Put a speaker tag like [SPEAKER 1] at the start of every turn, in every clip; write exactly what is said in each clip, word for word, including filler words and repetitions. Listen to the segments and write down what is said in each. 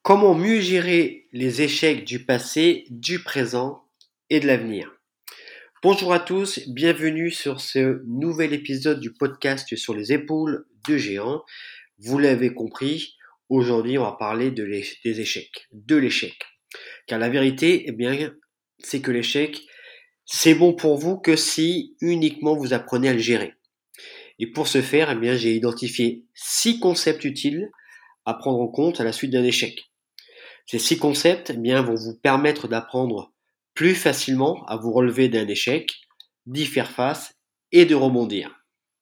[SPEAKER 1] Comment mieux gérer les échecs du passé, du présent et de l'avenir? Bonjour à tous, bienvenue sur ce nouvel épisode du podcast sur les épaules de géants. Vous l'avez compris, aujourd'hui on va parler de des échecs, de l'échec. Car la vérité, eh bien, c'est que l'échec, c'est bon pour vous que si uniquement vous apprenez à le gérer. Et pour ce faire, eh bien, j'ai identifié six concepts utiles à prendre en compte à la suite d'un échec. Ces six concepts eh bien, vont vous permettre d'apprendre plus facilement à vous relever d'un échec, d'y faire face et de rebondir.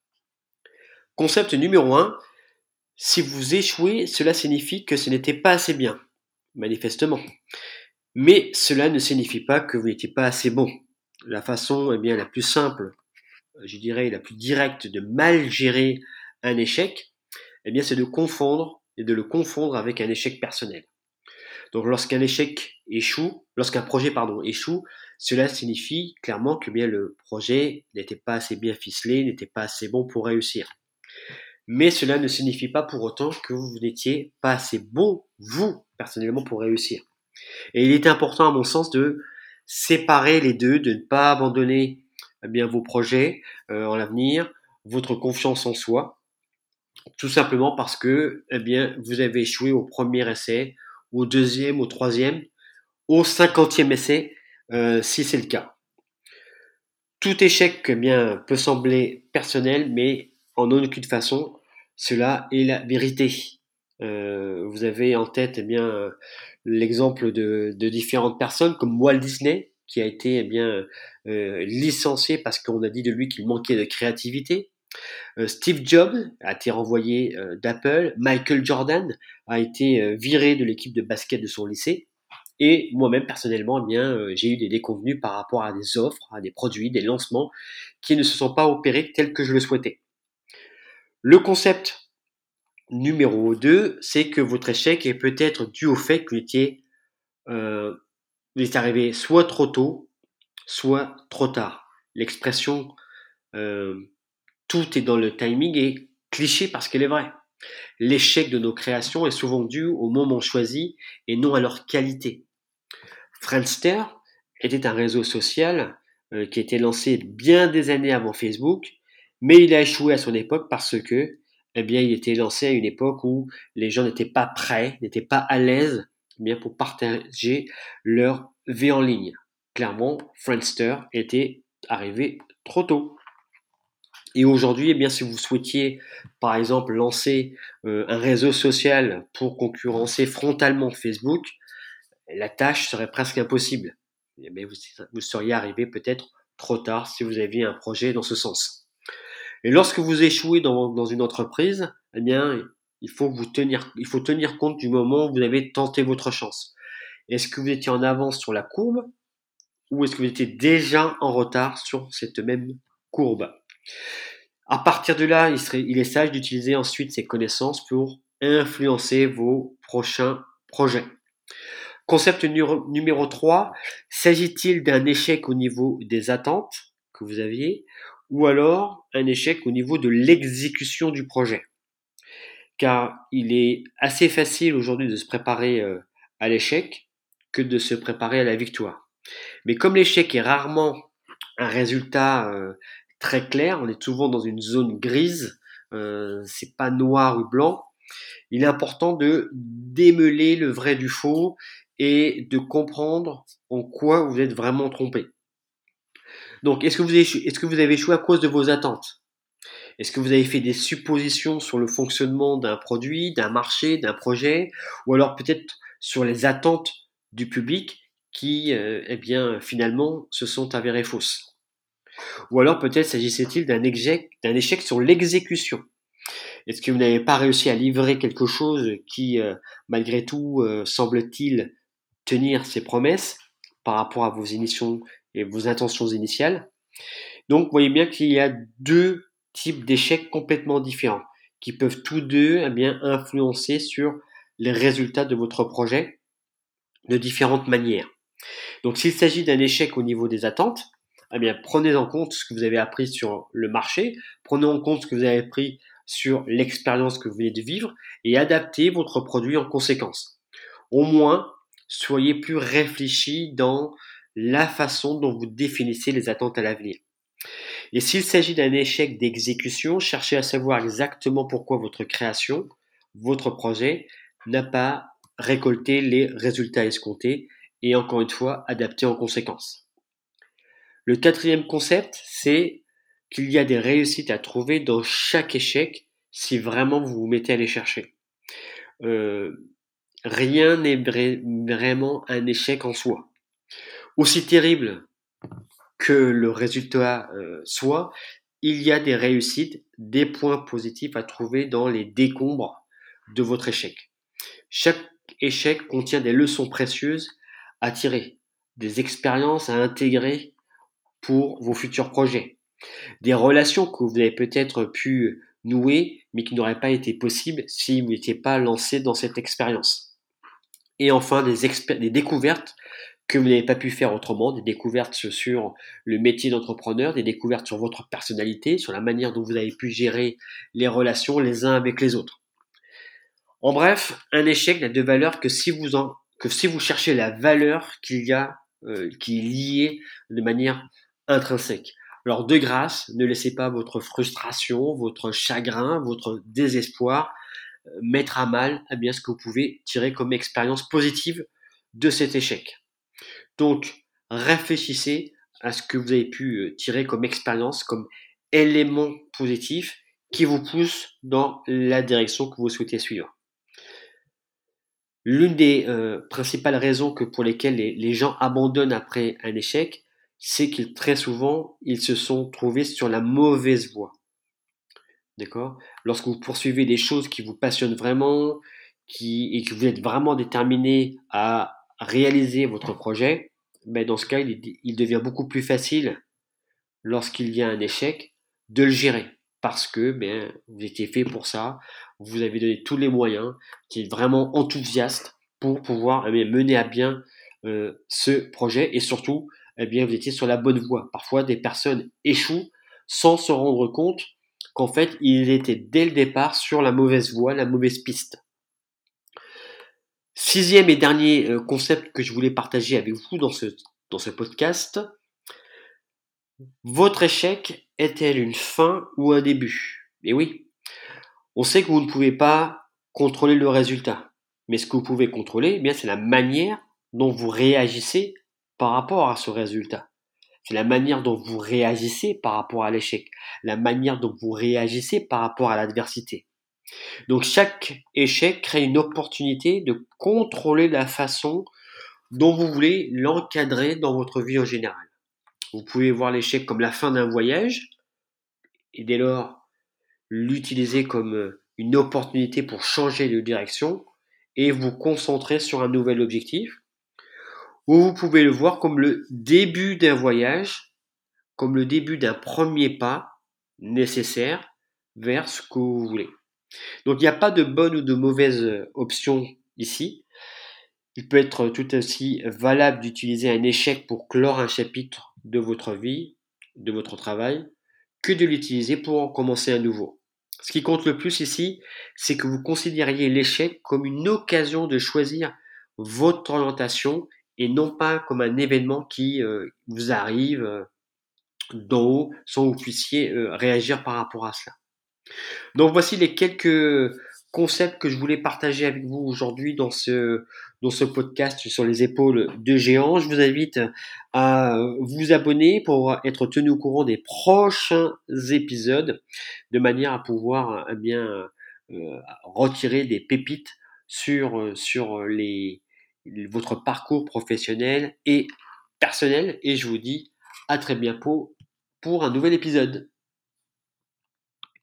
[SPEAKER 1] Concept numéro un, si vous échouez, cela signifie que ce n'était pas assez bien, manifestement. Mais cela ne signifie pas que vous n'étiez pas assez bon. La façon eh bien, la plus simple, je dirais la plus directe de mal gérer un échec, eh bien, c'est de confondre et de le confondre avec un échec personnel. Donc lorsqu'un échec échoue, lorsqu'un projet pardon échoue, cela signifie clairement que bien le projet n'était pas assez bien ficelé, n'était pas assez bon pour réussir. Mais cela ne signifie pas pour autant que vous n'étiez pas assez bon, vous, personnellement, pour réussir. Et il est important, à mon sens, de séparer les deux, de ne pas abandonner eh bien, vos projets euh, en l'avenir, votre confiance en soi, tout simplement parce que eh bien, vous avez échoué au premier essai, au deuxième, au troisième, au cinquantième essai, euh, si c'est le cas. Tout échec eh bien, peut sembler personnel, mais en aucune façon, cela est la vérité. Euh, vous avez en tête eh bien, l'exemple de, de différentes personnes, comme Walt Disney, qui a été eh bien, euh, licencié parce qu'on a dit de lui qu'il manquait de créativité. Euh, Steve Jobs a été renvoyé euh, d'Apple. Michael Jordan a été euh, viré de l'équipe de basket de son lycée. Et moi-même, personnellement, eh bien, euh, j'ai eu des déconvenues par rapport à des offres, à des produits, des lancements qui ne se sont pas opérés tels que je le souhaitais. Le concept numéro deux, c'est que votre échec est peut-être dû au fait que vous étiez, euh, vous êtes arrivé soit trop tôt, soit trop tard. L'expression euh, tout est dans le timing est cliché parce qu'elle est vraie. L'échec de nos créations est souvent dû au moment choisi et non à leur qualité. Friendster était un réseau social euh, qui a été lancé bien des années avant Facebook, mais il a échoué à son époque parce que, eh bien, il était lancé à une époque où les gens n'étaient pas prêts, n'étaient pas à l'aise, eh bien, pour partager leur vie en ligne. Clairement, Friendster était arrivé trop tôt. Et aujourd'hui, eh bien, si vous souhaitiez, par exemple, lancer euh, un réseau social pour concurrencer frontalement Facebook, la tâche serait presque impossible. Mais vous, vous seriez arrivé peut-être trop tard si vous aviez un projet dans ce sens. Et lorsque vous échouez dans, dans une entreprise, eh bien, il faut vous tenir, il faut tenir compte du moment où vous avez tenté votre chance. Est-ce que vous étiez en avance sur la courbe ou est-ce que vous étiez déjà en retard sur cette même courbe? À partir de là, il, serait, il est sage d'utiliser ensuite ces connaissances pour influencer vos prochains projets. Concept numéro trois, s'agit-il d'un échec au niveau des attentes que vous aviez ou alors un échec au niveau de l'exécution du projet? Car il est assez facile aujourd'hui de se préparer à l'échec que de se préparer à la victoire. Mais comme l'échec est rarement un résultat euh, très clair, on est souvent dans une zone grise, euh, c'est pas noir ou blanc, il est important de démêler le vrai du faux et de comprendre en quoi vous êtes vraiment trompé. Donc, est-ce que vous avez échoué, est-ce que vous avez échoué à cause de vos attentes? Est-ce que vous avez fait des suppositions sur le fonctionnement d'un produit, d'un marché, d'un projet, ou alors peut-être sur les attentes du public qui, euh, eh bien, finalement, se sont avérées fausses? Ou alors peut-être s'agissait-il d'un échec, d'un échec sur l'exécution? Est-ce que vous n'avez pas réussi à livrer quelque chose qui, euh, malgré tout, euh, semble-t-il tenir ses promesses par rapport à vos initiaux et vos intentions initiales? Donc, vous voyez bien qu'il y a deux types d'échecs complètement différents qui peuvent tous deux eh bien, influencer sur les résultats de votre projet de différentes manières. Donc, s'il s'agit d'un échec au niveau des attentes, eh bien, prenez en compte ce que vous avez appris sur le marché, prenez en compte ce que vous avez appris sur l'expérience que vous venez de vivre et adaptez votre produit en conséquence. Au moins, soyez plus réfléchi dans la façon dont vous définissez les attentes à l'avenir. Et s'il s'agit d'un échec d'exécution, cherchez à savoir exactement pourquoi votre création, votre projet n'a pas récolté les résultats escomptés et encore une fois, adapté en conséquence. Le quatrième concept, c'est qu'il y a des réussites à trouver dans chaque échec si vraiment vous vous mettez à les chercher. Euh, rien n'est vra- vraiment un échec en soi. Aussi terrible que le résultat euh, soit, il y a des réussites, des points positifs à trouver dans les décombres de votre échec. Chaque échec contient des leçons précieuses à tirer, des expériences à intégrer pour vos futurs projets, des relations que vous avez peut-être pu nouer mais qui n'auraient pas été possibles si vous n'étiez pas lancé dans cette expérience. Et enfin, des, expé- des découvertes que vous n'avez pas pu faire autrement, des découvertes sur le métier d'entrepreneur, des découvertes sur votre personnalité, sur la manière dont vous avez pu gérer les relations les uns avec les autres. En bref, un échec n'a de valeur que si vous en, que si vous cherchez la valeur qu'il y a, euh, qui est liée de manière intrinsèque. Alors de grâce, ne laissez pas votre frustration, votre chagrin, votre désespoir euh, mettre à mal eh bien, ce que vous pouvez tirer comme expérience positive de cet échec. Donc, réfléchissez à ce que vous avez pu euh, tirer comme expérience, comme élément positif qui vous pousse dans la direction que vous souhaitez suivre. L'une des euh, principales raisons que pour lesquelles les, les gens abandonnent après un échec, c'est qu'ils très souvent ils se sont trouvés sur la mauvaise voie. D'accord? Lorsque vous poursuivez des choses qui vous passionnent vraiment, qui, et que vous êtes vraiment déterminé à réaliser votre projet, ben dans ce cas, il, il devient beaucoup plus facile lorsqu'il y a un échec de le gérer parce que ben, vous étiez fait pour ça, vous avez donné tous les moyens, qui êtes vraiment enthousiaste pour pouvoir eh bien, mener à bien euh, ce projet et surtout, eh bien, vous étiez sur la bonne voie. Parfois, des personnes échouent sans se rendre compte qu'en fait, ils étaient dès le départ sur la mauvaise voie, la mauvaise piste. Sixième et dernier euh, concept que je voulais partager avec vous dans ce, dans ce podcast, votre échec est-elle une fin ou un début? Eh oui, on sait que vous ne pouvez pas contrôler le résultat, mais ce que vous pouvez contrôler, eh bien, c'est la manière dont vous réagissez par rapport à ce résultat. C'est la manière dont vous réagissez par rapport à l'échec, la manière dont vous réagissez par rapport à l'adversité. Donc chaque échec crée une opportunité de contrôler la façon dont vous voulez l'encadrer dans votre vie en général. Vous pouvez voir l'échec comme la fin d'un voyage et dès lors l'utiliser comme une opportunité pour changer de direction et vous concentrer sur un nouvel objectif. Ou vous pouvez le voir comme le début d'un voyage, comme le début d'un premier pas nécessaire vers ce que vous voulez. Donc il n'y a pas de bonne ou de mauvaise option ici. Il peut être tout aussi valable d'utiliser un échec pour clore un chapitre de votre vie, de votre travail, que de l'utiliser pour en commencer un nouveau. Ce qui compte le plus ici, c'est que vous considériez l'échec comme une occasion de choisir votre orientation et non pas comme un événement qui euh, vous arrive euh, d'en haut sans que vous puissiez euh, réagir par rapport à cela. Donc voici les quelques concepts que je voulais partager avec vous aujourd'hui dans ce, dans ce podcast sur les épaules de géants. Je vous invite à vous abonner pour être tenu au courant des prochains épisodes de manière à pouvoir eh bien euh, retirer des pépites sur, sur les, votre parcours professionnel et personnel. Et je vous dis à très bientôt pour un nouvel épisode.